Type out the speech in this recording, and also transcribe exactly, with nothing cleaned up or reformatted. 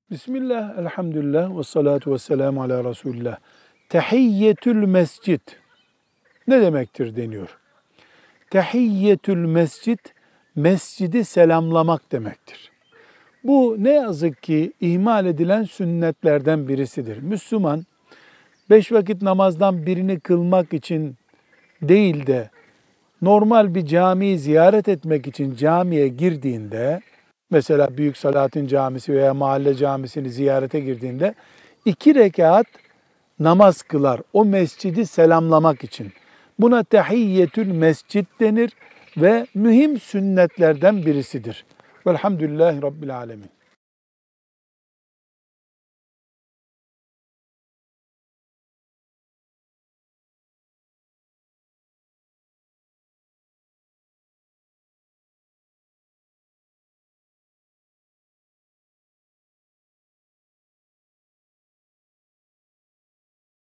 Bismillah, elhamdülillah, ve salatu ve selamu ala Resulillah. Tehiyyetül mescid ne demektir deniyor. Tehiyyetül mescid, mescidi selamlamak demektir. Bu ne yazık ki ihmal edilen sünnetlerden birisidir. Müslüman, beş vakit namazdan birini kılmak için değil de normal bir camiyi ziyaret etmek için camiye girdiğinde, mesela Büyük Salatin Camisi veya mahalle camisini ziyarete girdiğinde iki rekat namaz kılar o mescidi selamlamak için. Buna tehiyyetül mescid denir ve mühim sünnetlerden birisidir. Velhamdülillahi Rabbil Alemin.